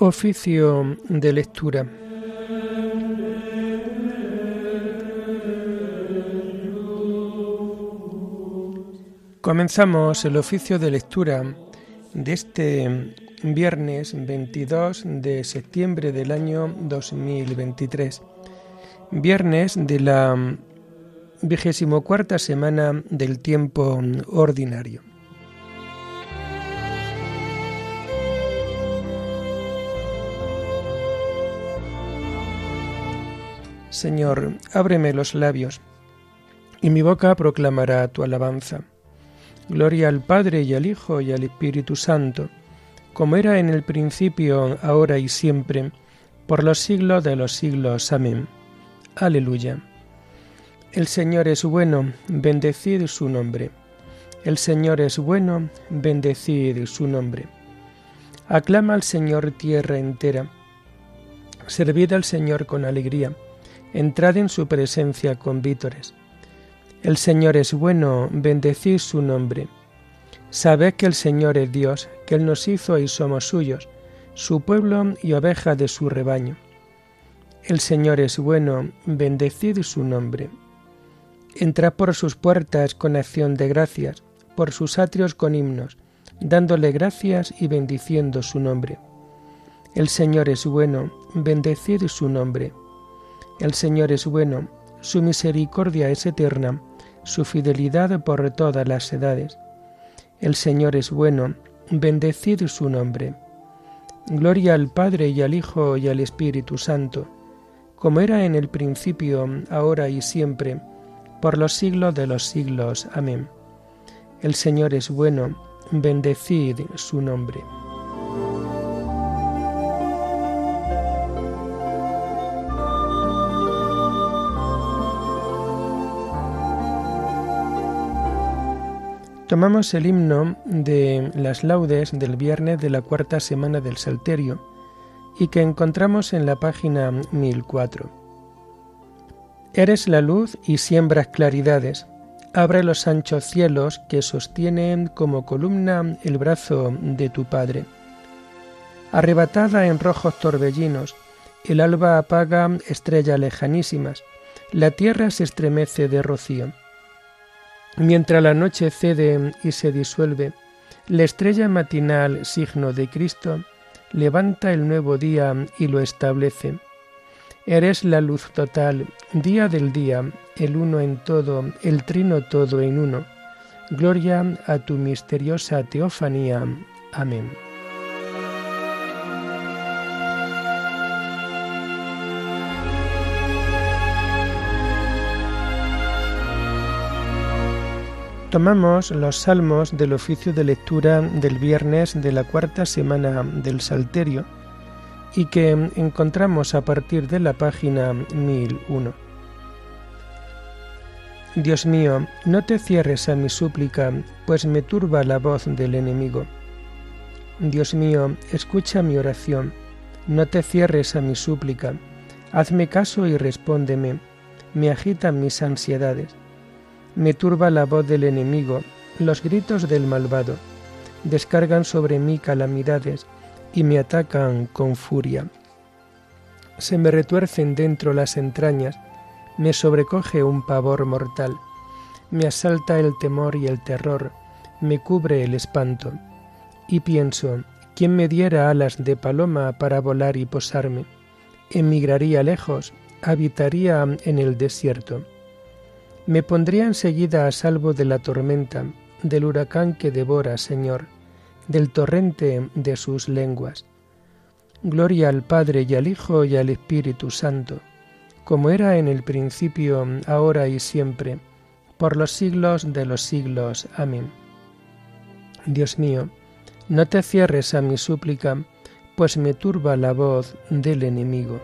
Oficio de lectura. Comenzamos el oficio de lectura de este viernes 22 de septiembre del año 2023, viernes de la 24ª semana del tiempo ordinario. Señor, ábreme los labios, y mi boca proclamará tu alabanza. Gloria al Padre y al Hijo y al Espíritu Santo, como era en el principio, ahora y siempre, por los siglos de los siglos. Amén. Aleluya. El Señor es bueno, bendecid su nombre. El Señor es bueno, bendecid su nombre. Aclama al Señor tierra entera. Servid al Señor con alegría. Entrad en su presencia con vítores. El Señor es bueno, bendecid su nombre. Sabed que el Señor es Dios, que Él nos hizo y somos suyos, su pueblo y ovejas de su rebaño. El Señor es bueno, bendecid su nombre. Entrad por sus puertas con acción de gracias, por sus atrios con himnos, dándole gracias y bendiciendo su nombre. El Señor es bueno, bendecid su nombre. El Señor es bueno, su misericordia es eterna, su fidelidad por todas las edades. El Señor es bueno, bendecid su nombre. Gloria al Padre y al Hijo y al Espíritu Santo, como era en el principio, ahora y siempre, por los siglos de los siglos. Amén. El Señor es bueno, bendecid su nombre. Tomamos el himno de las laudes del viernes de la cuarta semana del Salterio y que encontramos en la página 1004. Eres la luz y siembras claridades, abre los anchos cielos que sostienen como columna el brazo de tu Padre. Arrebatada en rojos torbellinos, el alba apaga estrellas lejanísimas, la tierra se estremece de rocío. Mientras la noche cede y se disuelve, la estrella matinal, signo de Cristo, levanta el nuevo día y lo establece. Eres la luz total, día del día, el uno en todo, el trino todo en uno. Gloria a tu misteriosa teofanía. Amén. Tomamos los salmos del oficio de lectura del viernes de la cuarta semana del Salterio y que encontramos a partir de la página 1001. Dios mío, no te cierres a mi súplica, pues me turba la voz del enemigo. Dios mío, escucha mi oración, no te cierres a mi súplica, hazme caso y respóndeme, me agitan mis ansiedades. Me turba la voz del enemigo, los gritos del malvado, descargan sobre mí calamidades y me atacan con furia. Se me retuercen dentro las entrañas, me sobrecoge un pavor mortal, me asalta el temor y el terror, me cubre el espanto. Y pienso, ¿quién me diera alas de paloma para volar y posarme? Emigraría lejos, habitaría en el desierto. Me pondría enseguida a salvo de la tormenta, del huracán que devora, Señor, del torrente de sus lenguas. Gloria al Padre y al Hijo y al Espíritu Santo, como era en el principio, ahora y siempre, por los siglos de los siglos. Amén. Dios mío, no te cierres a mi súplica, pues me turba la voz del enemigo.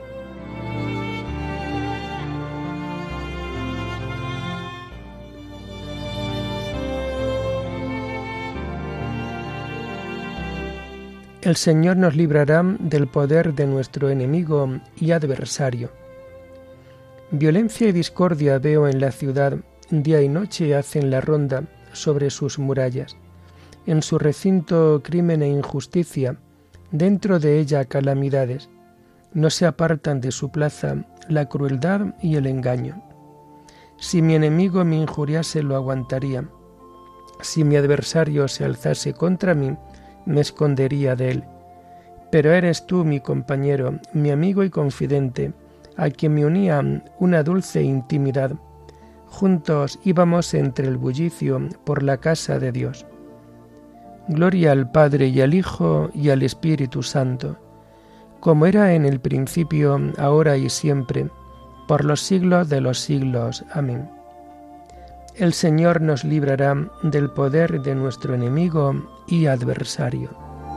El Señor nos librará del poder de nuestro enemigo y adversario. Violencia y discordia veo en la ciudad, día y noche hacen la ronda sobre sus murallas. En su recinto crimen e injusticia, dentro de ella calamidades. No se apartan de su plaza la crueldad y el engaño. Si mi enemigo me injuriase, lo aguantaría. Si mi adversario se alzase contra mí, me escondería de él. Pero eres tú mi compañero, mi amigo y confidente, a quien me unía una dulce intimidad. Juntos íbamos entre el bullicio por la casa de Dios. Gloria al Padre y al Hijo y al Espíritu Santo, como era en el principio, ahora y siempre, por los siglos de los siglos. Amén. El Señor nos librará del poder de nuestro enemigo y adversario.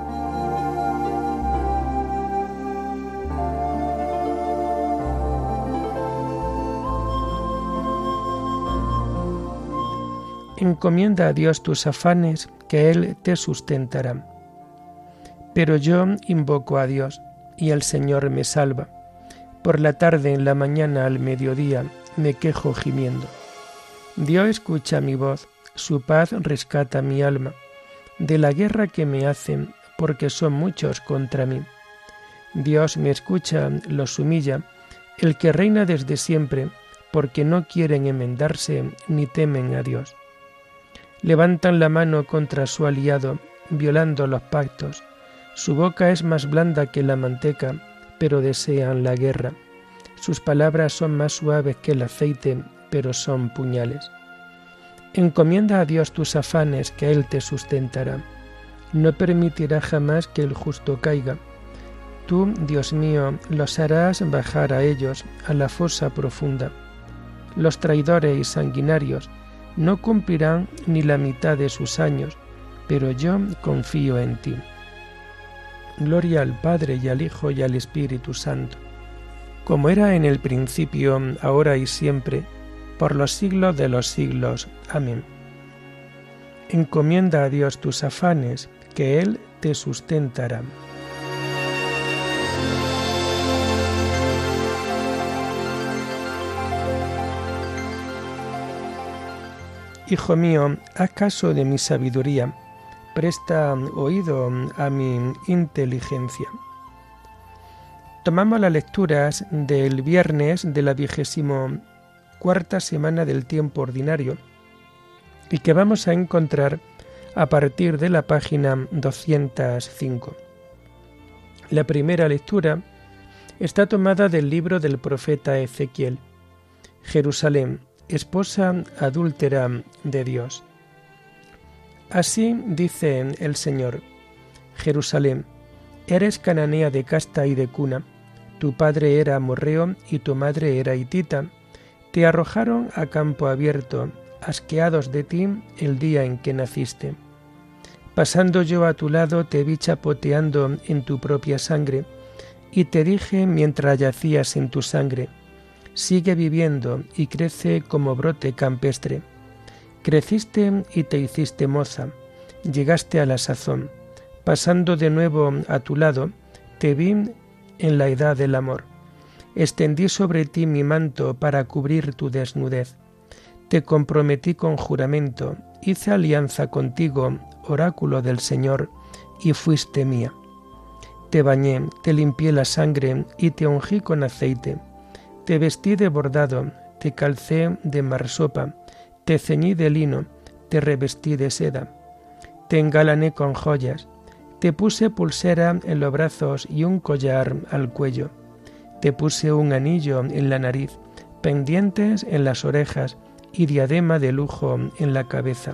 Encomienda a Dios tus afanes, que Él te sustentará. Pero yo invoco a Dios, y el Señor me salva. Por la tarde, en la mañana, al mediodía, me quejo gimiendo. Dios escucha mi voz, su paz rescata mi alma, de la guerra que me hacen, porque son muchos contra mí. Dios me escucha, los humilla, el que reina desde siempre, porque no quieren enmendarse ni temen a Dios. Levantan la mano contra su aliado, violando los pactos. Su boca es más blanda que la manteca, pero desean la guerra. Sus palabras son más suaves que el aceite, pero son puñales. Encomienda a Dios tus afanes, que Él te sustentará. No permitirá jamás que el justo caiga. Tú, Dios mío, los harás bajar a ellos, a la fosa profunda. Los traidores y sanguinarios no cumplirán ni la mitad de sus años, pero yo confío en ti. Gloria al Padre y al Hijo y al Espíritu Santo, como era en el principio, ahora y siempre, por los siglos de los siglos. Amén. Encomienda a Dios tus afanes, que Él te sustentará. Hijo mío, haz caso de mi sabiduría, presta oído a mi inteligencia. Tomamos las lecturas del viernes de la 24ª semana del tiempo ordinario y que vamos a encontrar a partir de la página 205. La primera lectura está tomada del libro del profeta Ezequiel. Jerusalén, esposa adúltera de Dios. Así dice el Señor: Jerusalén, eres cananea de casta y de cuna, tu padre era amorreo y tu madre era hitita, te arrojaron a campo abierto, asqueados de ti el día en que naciste. Pasando yo a tu lado te vi chapoteando en tu propia sangre, y te dije mientras yacías en tu sangre: sigue viviendo y crece como brote campestre. Creciste y te hiciste moza, llegaste a la sazón. Pasando de nuevo a tu lado, te vi en la edad del amor. Extendí sobre ti mi manto para cubrir tu desnudez. Te comprometí con juramento, hice alianza contigo, oráculo del Señor, y fuiste mía. Te bañé, te limpié la sangre y te ungí con aceite. Te vestí de bordado, te calcé de marsopa, te ceñí de lino, te revestí de seda. Te engalané con joyas, te puse pulsera en los brazos y un collar al cuello. Te puse un anillo en la nariz, pendientes en las orejas y diadema de lujo en la cabeza.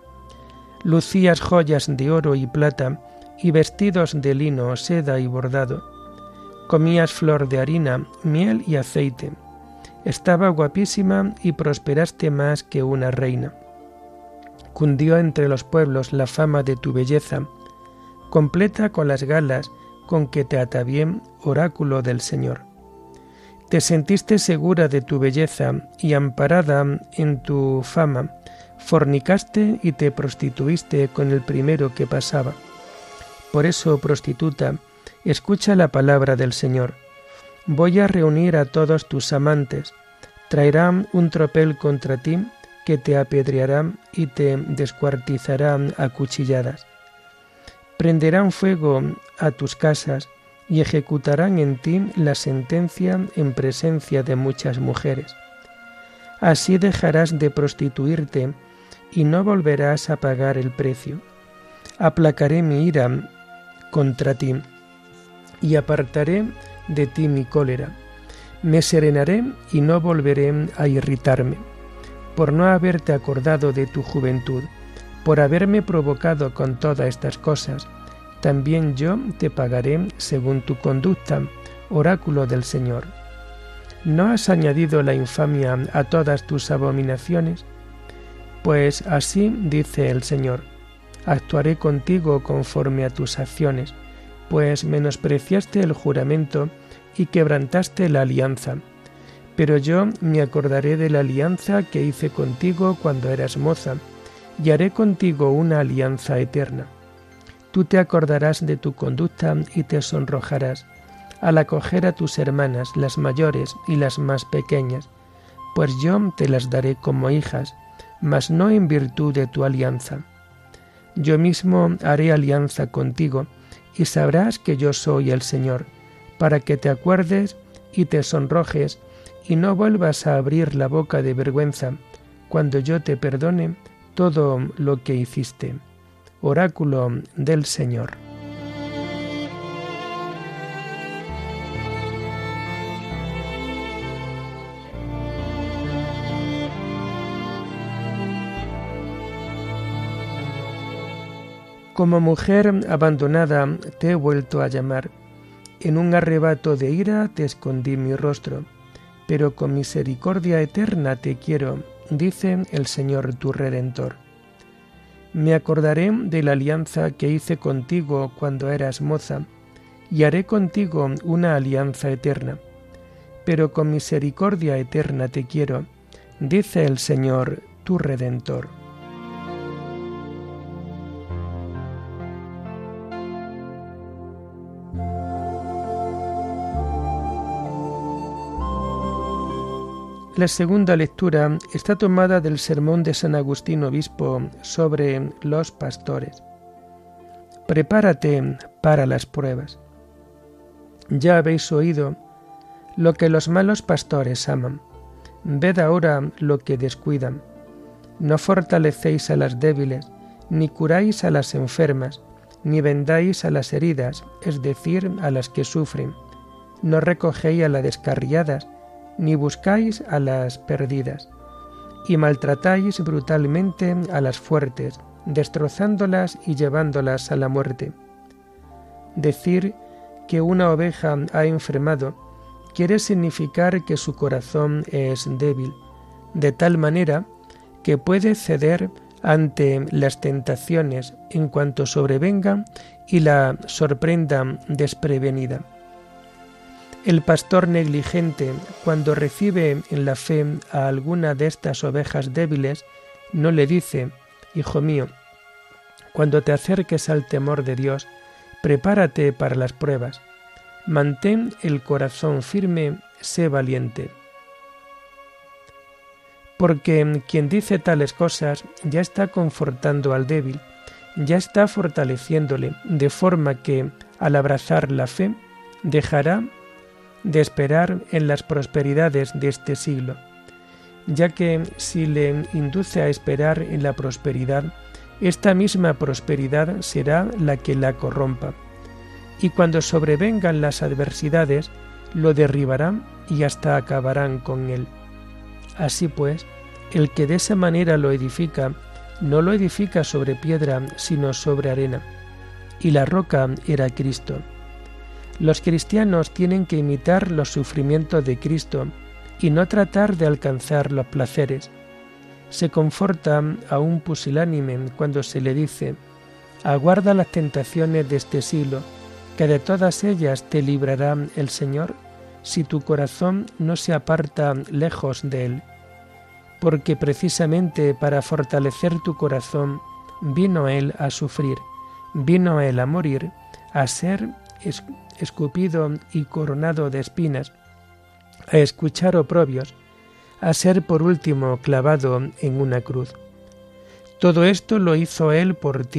Lucías joyas de oro y plata y vestidos de lino, seda y bordado. Comías flor de harina, miel y aceite. Estaba guapísima y prosperaste más que una reina. Cundió entre los pueblos la fama de tu belleza, completa con las galas con que te atavié, oráculo del Señor. Te sentiste segura de tu belleza y amparada en tu fama, fornicaste y te prostituiste con el primero que pasaba. Por eso, prostituta, escucha la palabra del Señor. Voy a reunir a todos tus amantes, traerán un tropel contra ti que te apedreará y te descuartizará a cuchilladas. Prenderán fuego a tus casas y ejecutarán en ti la sentencia en presencia de muchas mujeres. Así dejarás de prostituirte y no volverás a pagar el precio. Aplacaré mi ira contra ti y apartaré de ti mi cólera. Me serenaré y no volveré a irritarme, por no haberte acordado de tu juventud, por haberme provocado con todas estas cosas. También yo te pagaré según tu conducta, oráculo del Señor. ¿No has añadido la infamia a todas tus abominaciones? Pues así dice el Señor: actuaré contigo conforme a tus acciones, pues menospreciaste el juramento y quebrantaste la alianza. Pero yo me acordaré de la alianza que hice contigo cuando eras moza, y haré contigo una alianza eterna. Tú te acordarás de tu conducta y te sonrojarás al acoger a tus hermanas, las mayores y las más pequeñas, pues yo te las daré como hijas, mas no en virtud de tu alianza. Yo mismo haré alianza contigo, y sabrás que yo soy el Señor, para que te acuerdes y te sonrojes, y no vuelvas a abrir la boca de vergüenza, cuando yo te perdone todo lo que hiciste. Oráculo del Señor. Como mujer abandonada te he vuelto a llamar. En un arrebato de ira te escondí mi rostro, pero con misericordia eterna te quiero, dice el Señor tu Redentor. Me acordaré de la alianza que hice contigo cuando eras moza, y haré contigo una alianza eterna. Pero con misericordia eterna te quiero, dice el Señor tu Redentor. La segunda lectura está tomada del sermón de San Agustín Obispo sobre los pastores. Prepárate para las pruebas. Ya habéis oído lo que los malos pastores aman. Ved ahora lo que descuidan. No fortalecéis a las débiles, ni curáis a las enfermas, ni vendáis a las heridas, es decir, a las que sufren. No recogéis a las descarriadas, ni buscáis a las perdidas, y maltratáis brutalmente a las fuertes, destrozándolas y llevándolas a la muerte. Decir que una oveja ha enfermado quiere significar que su corazón es débil, de tal manera que puede ceder ante las tentaciones en cuanto sobrevengan y la sorprendan desprevenida. El pastor negligente, cuando recibe en la fe a alguna de estas ovejas débiles, no le dice: Hijo mío, cuando te acerques al temor de Dios, prepárate para las pruebas. Mantén el corazón firme, sé valiente. Porque quien dice tales cosas ya está confortando al débil, ya está fortaleciéndole, de forma que, al abrazar la fe, dejará de esperar en las prosperidades de este siglo, ya que si le induce a esperar en la prosperidad, esta misma prosperidad será la que la corrompa, y cuando sobrevengan las adversidades, lo derribarán y hasta acabarán con él. Así pues, el que de esa manera lo edifica, no lo edifica sobre piedra, sino sobre arena, y la roca era Cristo. Los cristianos tienen que imitar los sufrimientos de Cristo y no tratar de alcanzar los placeres. Se conforta a un pusilánime cuando se le dice: aguarda las tentaciones de este siglo, que de todas ellas te librará el Señor, si tu corazón no se aparta lejos de Él. Porque precisamente para fortalecer tu corazón vino Él a sufrir, vino Él a morir, a ser escupido y coronado de espinas, a escuchar oprobios, a ser por último clavado en una cruz. Todo esto lo hizo Él por ti,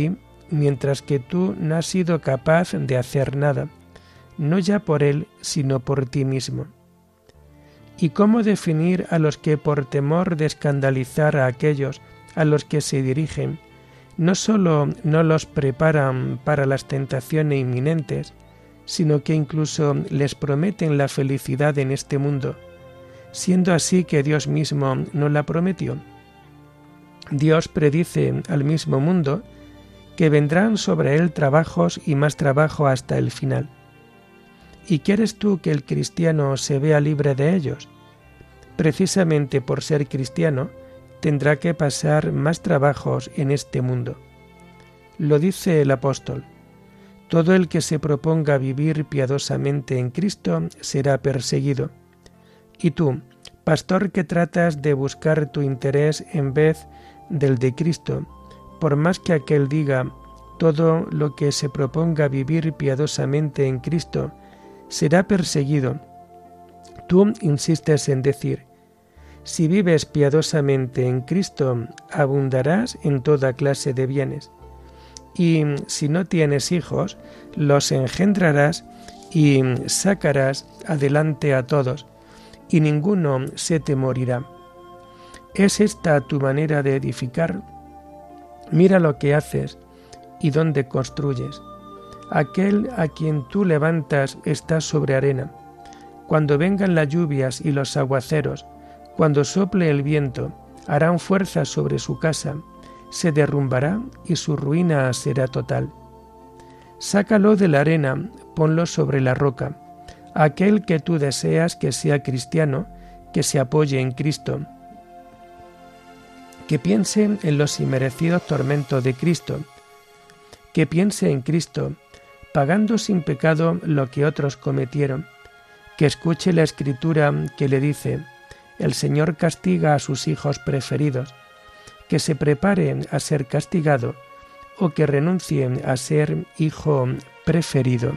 mientras que tú no has sido capaz de hacer nada, no ya por Él, sino por ti mismo. ¿Y cómo definir a los que por temor de escandalizar a aquellos a los que se dirigen, no solo no los preparan para las tentaciones inminentes, sino que incluso les prometen la felicidad en este mundo, siendo así que Dios mismo no la prometió? Dios predice al mismo mundo que vendrán sobre él trabajos y más trabajo hasta el final. ¿Y quieres tú que el cristiano se vea libre de ellos? Precisamente por ser cristiano, tendrá que pasar más trabajos en este mundo. Lo dice el apóstol: todo el que se proponga vivir piadosamente en Cristo será perseguido. Y tú, pastor que tratas de buscar tu interés en vez del de Cristo, por más que aquel diga, todo lo que se proponga vivir piadosamente en Cristo será perseguido, tú insistes en decir, si vives piadosamente en Cristo, abundarás en toda clase de bienes. Y si no tienes hijos, los engendrarás y sacarás adelante a todos, y ninguno se te morirá. ¿Es esta tu manera de edificar? Mira lo que haces y dónde construyes. Aquel a quien tú levantas está sobre arena. Cuando vengan las lluvias y los aguaceros, cuando sople el viento, harán fuerza sobre su casa, se derrumbará y su ruina será total. Sácalo de la arena, ponlo sobre la roca. Aquel que tú deseas que sea cristiano, que se apoye en Cristo, que piense en los inmerecidos tormentos de Cristo, que piense en Cristo, pagando sin pecado lo que otros cometieron, que escuche la Escritura que le dice, el Señor castiga a sus hijos preferidos, que se prepare a ser castigado o que renuncie a ser hijo preferido.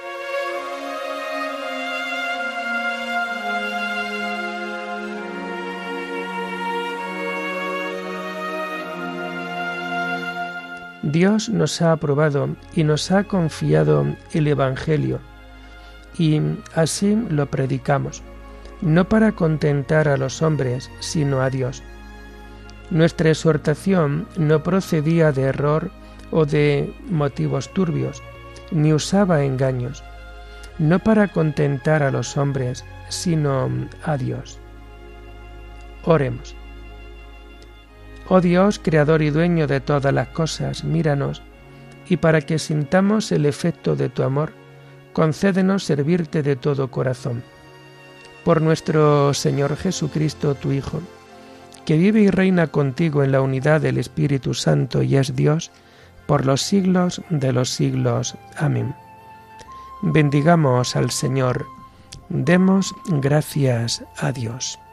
Dios nos ha aprobado y nos ha confiado el Evangelio, y así lo predicamos, no para contentar a los hombres, sino a Dios. Nuestra exhortación no procedía de error o de motivos turbios, ni usaba engaños, no para contentar a los hombres, sino a Dios. Oremos. Oh Dios, creador y dueño de todas las cosas, míranos, y para que sintamos el efecto de tu amor, concédenos servirte de todo corazón. Por nuestro Señor Jesucristo, tu Hijo, que vive y reina contigo en la unidad del Espíritu Santo y es Dios, por los siglos de los siglos. Amén. Bendigamos al Señor. Demos gracias a Dios.